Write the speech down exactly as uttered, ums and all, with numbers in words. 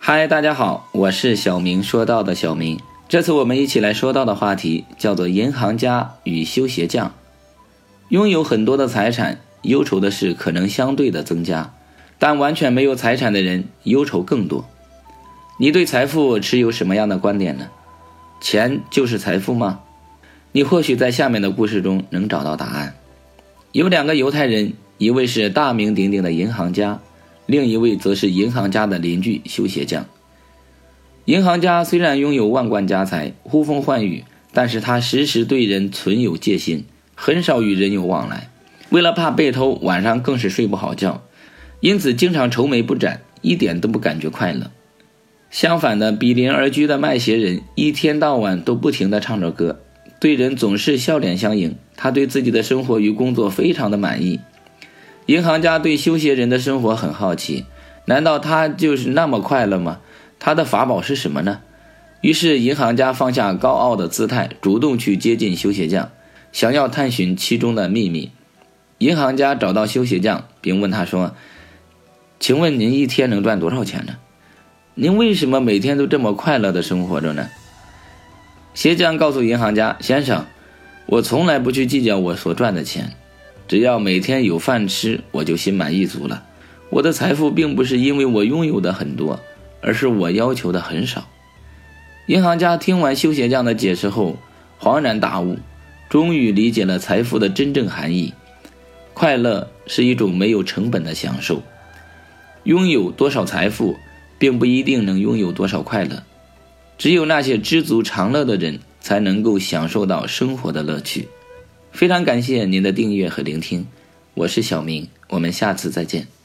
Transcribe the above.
嗨，大家好，我是小明说到的小明。这次我们一起来说到的话题叫做银行家与修鞋匠。拥有很多的财产，忧愁的事可能相对的增加，但完全没有财产的人忧愁更多。你对财富持有什么样的观点呢？钱就是财富吗？你或许在下面的故事中能找到答案。有两个犹太人，一位是大名鼎鼎的银行家，另一位则是银行家的邻居修鞋匠。银行家虽然拥有万贯家财，呼风唤雨，但是他时时对人存有戒心，很少与人有往来。为了怕被偷，晚上更是睡不好觉，因此经常愁眉不展，一点都不感觉快乐。相反的，比邻而居的卖鞋人一天到晚都不停地唱着歌，对人总是笑脸相迎，他对自己的生活与工作非常的满意。银行家对修鞋人的生活很好奇，难道他就是那么快乐吗？他的法宝是什么呢？于是银行家放下高傲的姿态，主动去接近修鞋匠，想要探寻其中的秘密。银行家找到修鞋匠，并问他说：请问您一天能赚多少钱呢？您为什么每天都这么快乐的生活着呢？鞋匠告诉银行家：先生，我从来不去计较我所赚的钱，只要每天有饭吃，我就心满意足了。我的财富并不是因为我拥有的很多，而是我要求的很少。银行家听完修鞋匠的解释后，恍然大悟，终于理解了财富的真正含义。快乐是一种没有成本的享受，拥有多少财富并不一定能拥有多少快乐，只有那些知足常乐的人才能够享受到生活的乐趣。非常感谢您的订阅和聆听，我是小明，我们下次再见。